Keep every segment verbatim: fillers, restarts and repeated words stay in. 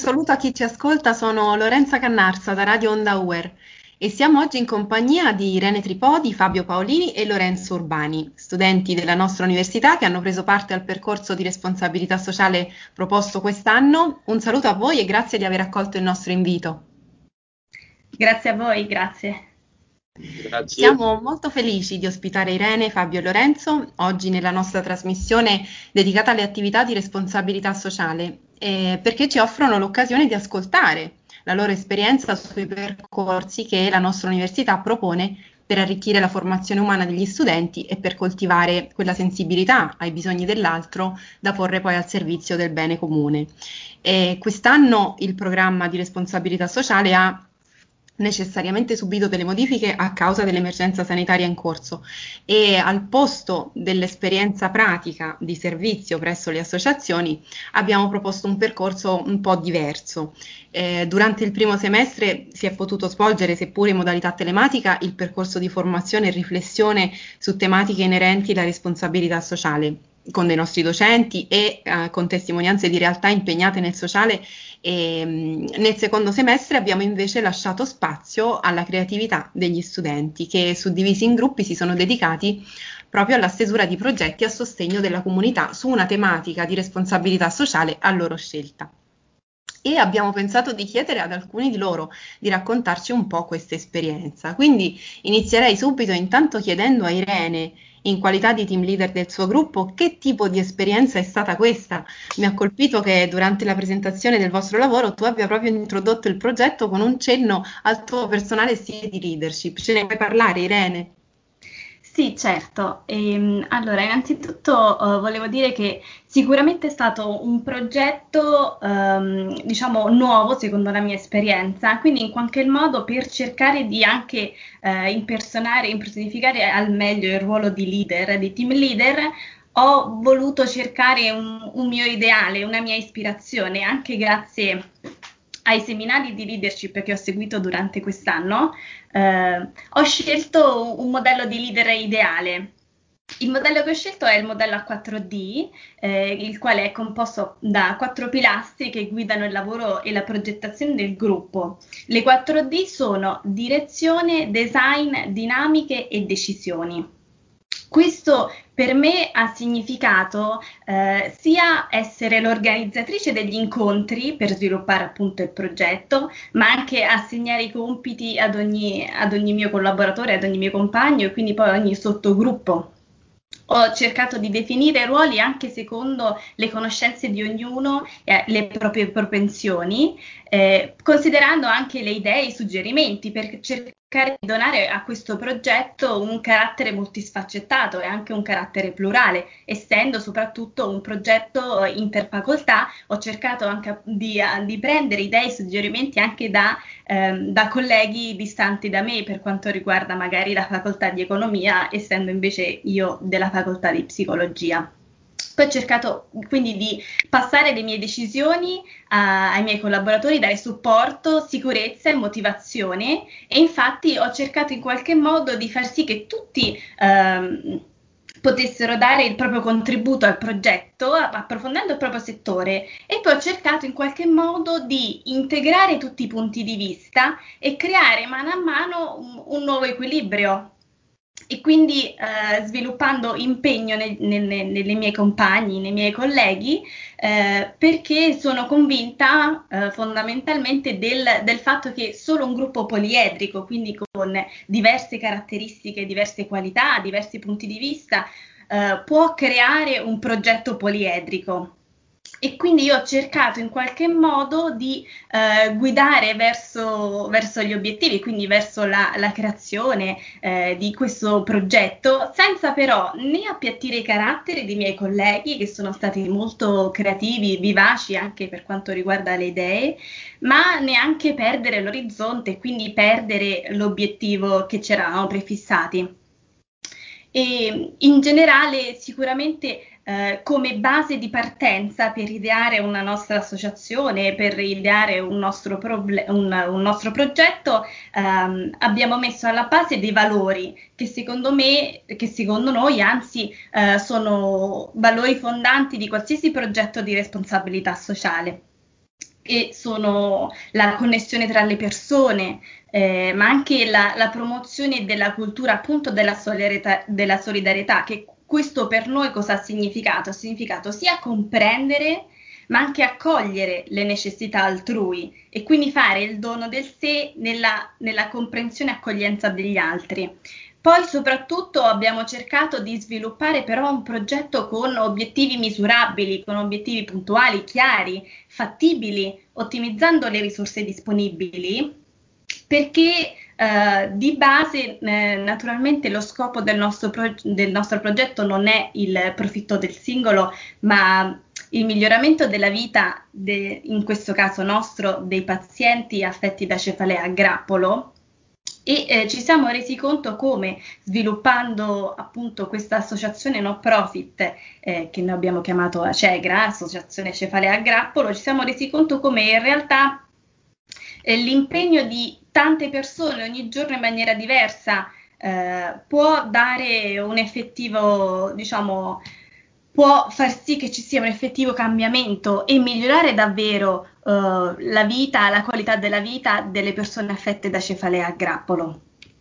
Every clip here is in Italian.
saluto a chi ci ascolta, sono Lorenza Cannarsa da Radio Onda U R e siamo oggi in compagnia di Irene Tripodi, Fabio Paolini e Lorenzo Urbani, studenti della nostra università che hanno preso parte al percorso di responsabilità sociale proposto quest'anno. Un saluto a voi e grazie di aver accolto il nostro invito. Grazie a voi, grazie. Grazie. Siamo molto felici di ospitare Irene, Fabio e Lorenzo oggi nella nostra trasmissione dedicata alle attività di responsabilità sociale, eh, perché ci offrono l'occasione di ascoltare la loro esperienza sui percorsi che la nostra università propone per arricchire la formazione umana degli studenti e per coltivare quella sensibilità ai bisogni dell'altro da porre poi al servizio del bene comune. E quest'anno il programma di responsabilità sociale ha necessariamente subito delle modifiche a causa dell'emergenza sanitaria in corso e al posto dell'esperienza pratica di servizio presso le associazioni abbiamo proposto un percorso un po' diverso. Eh, durante il primo semestre si è potuto svolgere, seppure in modalità telematica, il percorso di formazione e riflessione su tematiche inerenti alla responsabilità sociale con dei nostri docenti e eh, con testimonianze di realtà impegnate nel sociale. E, mh, nel secondo semestre abbiamo invece lasciato spazio alla creatività degli studenti che, suddivisi in gruppi, si sono dedicati proprio alla stesura di progetti a sostegno della comunità su una tematica di responsabilità sociale a loro scelta. E abbiamo pensato di chiedere ad alcuni di loro di raccontarci un po' questa esperienza. Quindi inizierei subito intanto chiedendo a Irene, in qualità di team leader del suo gruppo, che tipo di esperienza è stata questa? Mi ha colpito che durante la presentazione del vostro lavoro tu abbia proprio introdotto il progetto con un cenno al tuo personale stile di leadership. Ce ne puoi parlare, Irene? Sì, certo. Ehm, allora, innanzitutto uh, volevo dire che sicuramente è stato un progetto, um, diciamo, nuovo secondo la mia esperienza, quindi in qualche modo per cercare di anche uh, impersonare, impersonificare al meglio il ruolo di leader, di team leader, ho voluto cercare un, un mio ideale, una mia ispirazione, anche grazie ai seminari di leadership che ho seguito durante quest'anno. Eh, ho scelto un modello di leader ideale. Il modello che ho scelto è il modello A quattro D, eh, il quale è composto da quattro pilastri che guidano il lavoro e la progettazione del gruppo. Le quattro D sono direzione, design, dinamiche e decisioni. Questo per me ha significato eh, sia essere l'organizzatrice degli incontri per sviluppare appunto il progetto, ma anche assegnare i compiti ad ogni, ad ogni mio collaboratore, ad ogni mio compagno e quindi poi ogni sottogruppo. Ho cercato di definire ruoli anche secondo le conoscenze di ognuno e le proprie propensioni, eh, considerando anche le idee e i suggerimenti per cercare di donare a questo progetto un carattere multisfaccettato e anche un carattere plurale, essendo soprattutto un progetto interfacoltà. Ho cercato anche di, di prendere idee e suggerimenti anche da, ehm, da colleghi distanti da me per quanto riguarda magari la facoltà di economia, essendo invece io della facoltà di psicologia. Poi ho cercato quindi di passare le mie decisioni a, ai miei collaboratori, dare supporto, sicurezza e motivazione, e infatti ho cercato in qualche modo di far sì che tutti ehm, potessero dare il proprio contributo al progetto, approfondendo il proprio settore, e poi ho cercato in qualche modo di integrare tutti i punti di vista e creare mano a mano un, un nuovo equilibrio. E quindi eh, sviluppando impegno nel, nel, nelle miei compagni, nei miei colleghi, eh, perché sono convinta eh, fondamentalmente del, del fatto che solo un gruppo poliedrico, quindi con diverse caratteristiche, diverse qualità, diversi punti di vista, eh, può creare un progetto poliedrico. E quindi io ho cercato in qualche modo di eh, guidare verso, verso gli obiettivi, quindi verso la, la creazione eh, di questo progetto, senza però né appiattire i caratteri dei miei colleghi, che sono stati molto creativi, vivaci anche per quanto riguarda le idee, ma neanche perdere l'orizzonte e quindi perdere l'obiettivo che ci eravamo prefissati. E in generale sicuramente eh, come base di partenza per ideare una nostra associazione, per ideare un nostro, proble- un, un nostro progetto, ehm, abbiamo messo alla base dei valori che secondo me, che secondo noi anzi eh, sono valori fondanti di qualsiasi progetto di responsabilità sociale. e sono la connessione tra le persone, eh, ma anche la, la promozione della cultura appunto della solidarietà, della solidarietà, che questo per noi cosa ha significato? Ha significato sia comprendere, ma anche accogliere le necessità altrui e quindi fare il dono del sé nella, nella comprensione e accoglienza degli altri. Poi soprattutto abbiamo cercato di sviluppare però un progetto con obiettivi misurabili, con obiettivi puntuali, chiari, fattibili, ottimizzando le risorse disponibili, perché eh, di base eh, naturalmente lo scopo del nostro, pro- del nostro progetto non è il profitto del singolo, ma il miglioramento della vita, de- in questo caso nostro, dei pazienti affetti da cefalea a grappolo. E eh, ci siamo resi conto come sviluppando appunto questa associazione no profit eh, che noi abbiamo chiamato ACEGRA, Associazione Cefalea a Grappolo, ci siamo resi conto come in realtà eh, l'impegno di tante persone ogni giorno in maniera diversa eh, può dare un effettivo, diciamo, può far sì che ci sia un effettivo cambiamento e migliorare davvero eh, la vita, la qualità della vita delle persone affette da cefalea a grappolo.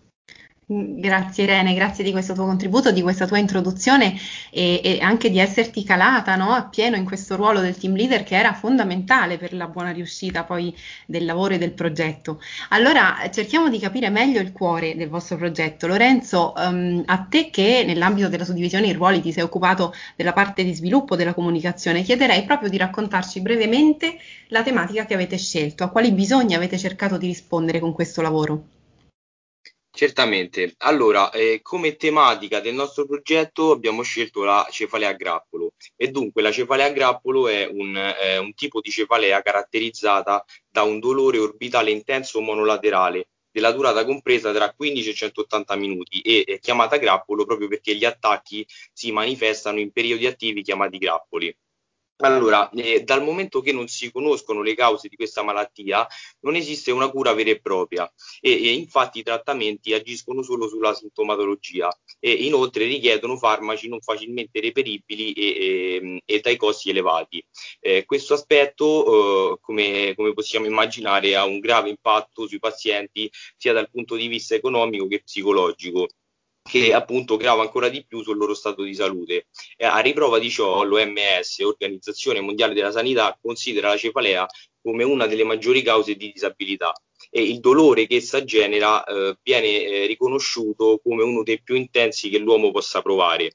Grazie Irene, grazie di questo tuo contributo, di questa tua introduzione e, e anche di esserti calata, no, appieno in questo ruolo del team leader che era fondamentale per la buona riuscita poi del lavoro e del progetto. Allora cerchiamo di capire meglio il cuore del vostro progetto. Lorenzo, um, a te che nell'ambito della suddivisione in ruoli ti sei occupato della parte di sviluppo della comunicazione, chiederei proprio di raccontarci brevemente la tematica che avete scelto, a quali bisogni avete cercato di rispondere con questo lavoro. Certamente. Allora, eh, come tematica del nostro progetto abbiamo scelto la cefalea a grappolo e dunque la cefalea a grappolo è un, eh, un tipo di cefalea caratterizzata da un dolore orbitale intenso monolaterale della durata compresa tra quindici e centottanta minuti e è chiamata grappolo proprio perché gli attacchi si manifestano in periodi attivi chiamati grappoli. Allora, eh, dal momento che non si conoscono le cause di questa malattia, non esiste una cura vera e propria e, e infatti i trattamenti agiscono solo sulla sintomatologia e inoltre richiedono farmaci non facilmente reperibili e, e- e dai costi elevati. Eh, questo aspetto, eh, come, come possiamo immaginare, ha un grave impatto sui pazienti sia dal punto di vista economico che psicologico, che appunto grava ancora di più sul loro stato di salute. E a riprova di ciò, l'O M S, Organizzazione Mondiale della Sanità, considera la cefalea come una delle maggiori cause di disabilità e il dolore che essa genera eh, viene eh, riconosciuto come uno dei più intensi che l'uomo possa provare.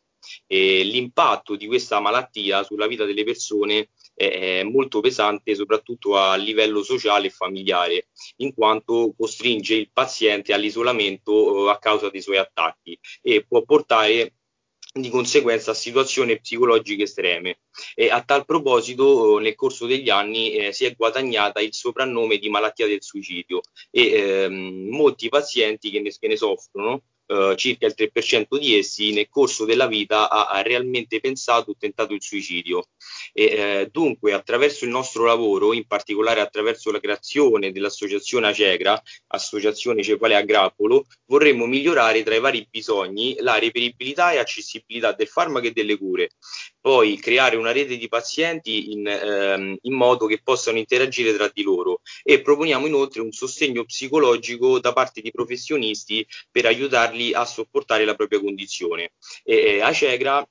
E l'impatto di questa malattia sulla vita delle persone è molto pesante, soprattutto a livello sociale e familiare, in quanto costringe il paziente all'isolamento eh, a causa dei suoi attacchi e può portare di conseguenza a situazioni psicologiche estreme. E a tal proposito, nel corso degli anni eh, si è guadagnata il soprannome di malattia del suicidio e ehm, molti pazienti che ne, che ne soffrono, eh, circa il tre per cento di essi, nel corso della vita ha, ha realmente pensato o tentato il suicidio. E, eh, dunque, attraverso il nostro lavoro, in particolare attraverso la creazione dell'associazione ACEGRA, Associazione Cefalea a Grappolo, vorremmo migliorare tra i vari bisogni la reperibilità e accessibilità del farmaco e delle cure, poi creare una rete di pazienti in, ehm, in modo che possano interagire tra di loro e proponiamo inoltre un sostegno psicologico da parte di professionisti per aiutarli a sopportare la propria condizione. E, e Acegra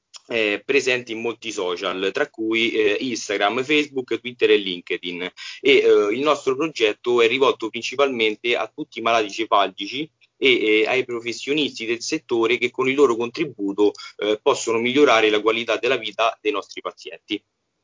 è presente in molti social, tra cui eh, Instagram, Facebook, Twitter e LinkedIn. E eh, il nostro progetto è rivolto principalmente a tutti i malati cefalgici e eh, ai professionisti del settore che con il loro contributo eh, possono migliorare la qualità della vita dei nostri pazienti.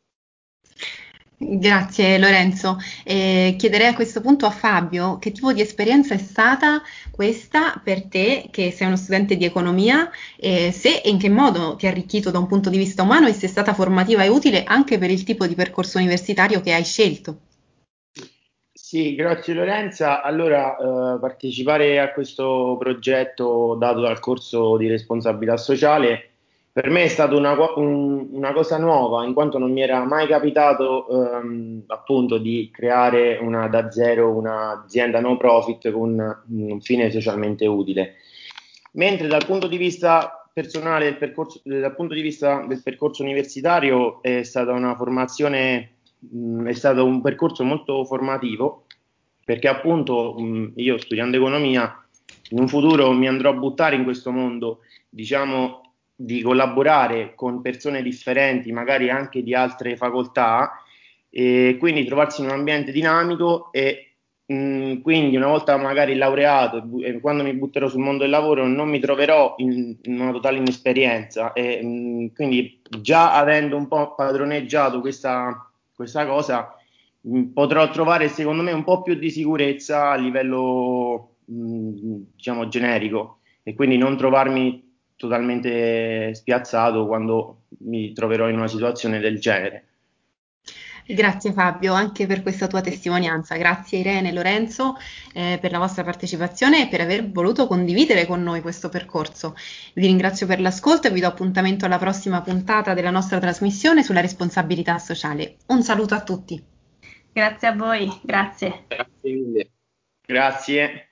Grazie Lorenzo. Eh, chiederei a questo punto a Fabio che tipo di esperienza è stata questa per te che sei uno studente di economia, eh, se e in che modo ti ha arricchito da un punto di vista umano e se è stata formativa e utile anche per il tipo di percorso universitario che hai scelto. Sì, grazie Lorenza. Allora, eh, partecipare a questo progetto dato dal corso di responsabilità sociale per me è stata una, co- un- una cosa nuova, in quanto non mi era mai capitato ehm, appunto di creare una, da zero un'azienda no profit con un fine socialmente utile. Mentre dal punto di vista personale, del percorso, dal punto di vista del percorso universitario è stata una formazione mh, è stato un percorso molto formativo, perché appunto mh, io studiando economia in un futuro mi andrò a buttare in questo mondo, diciamo, di collaborare con persone differenti, magari anche di altre facoltà, e quindi trovarsi in un ambiente dinamico e mh, quindi una volta magari laureato e, bu- e quando mi butterò sul mondo del lavoro non mi troverò in, in una totale inesperienza e mh, quindi già avendo un po' padroneggiato questa, questa cosa mh, potrò trovare secondo me un po' più di sicurezza a livello mh, diciamo generico e quindi non trovarmi totalmente spiazzato quando mi troverò in una situazione del genere. Grazie Fabio anche per questa tua testimonianza, grazie Irene e Lorenzo eh, per la vostra partecipazione e per aver voluto condividere con noi questo percorso. Vi ringrazio per l'ascolto e vi do appuntamento alla prossima puntata della nostra trasmissione sulla responsabilità sociale. Un saluto a tutti. Grazie a voi, grazie. Grazie mille. Grazie.